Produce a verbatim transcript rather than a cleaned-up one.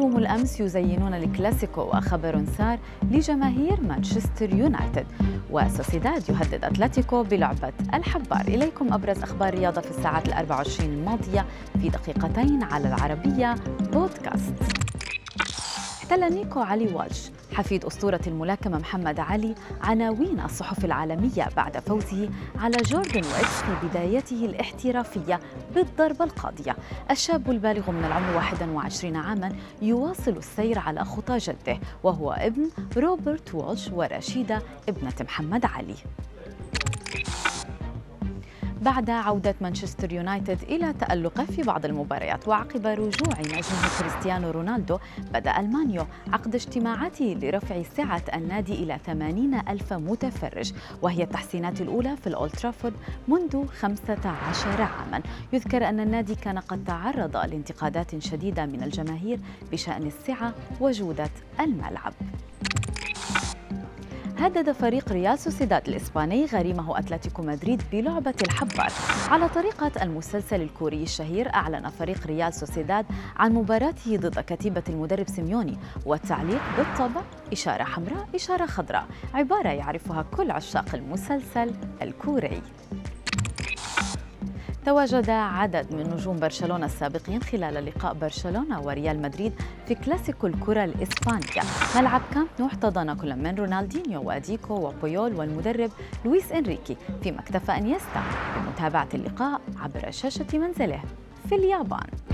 نجوم الأمس يزينون الكلاسيكو، وخبر سار لجماهير مانشستر يونايتد، وسوسيداد يهدد أتلتيكو بلعبة الحبار. إليكم أبرز أخبار الرياضة في الساعات الأربع وعشرين الماضية في دقيقتين على العربية بودكاست. احتل نيكو علي والش حفيد أسطورة الملاكمة محمد علي عناوين الصحف العالمية بعد فوزه على جوردن ويكس في بدايته الاحترافية بالضربة القاضية. الشاب البالغ من العمر واحد وعشرين عاماً يواصل السير على خطى جده، وهو ابن روبرت والش ورشيدة ابنة محمد علي. بعد عودة مانشستر يونايتد إلى تألقه في بعض المباريات وعقب رجوع نجمه كريستيانو رونالدو، بدأ المانيو عقد اجتماعاته لرفع سعة النادي إلى ثمانين ألف متفرج، وهي التحسينات الأولى في الأولد ترافورد منذ خمسة عشر عاماً. يذكر أن النادي كان قد تعرض لانتقادات شديدة من الجماهير بشأن السعة وجودة الملعب. هدد فريق ريال سوسيداد الإسباني غريمه أتلتيكو مدريد بلعبة الحبار على طريقة المسلسل الكوري الشهير. أعلن فريق ريال سوسيداد عن مباراته ضد كتيبة المدرب سيميوني، والتعليق بالطبع إشارة حمراء إشارة خضراء، عبارة يعرفها كل عشاق المسلسل الكوري. تواجد عدد من نجوم برشلونة السابقين خلال لقاء برشلونة وريال مدريد في كلاسيكو الكرة الإسبانية. ملعب كامب نو احتضن كل من رونالدينيو وديكو وبويول والمدرب لويس إنريكي، فيما اكتفى انيستا بمتابعة اللقاء عبر شاشة منزله في اليابان.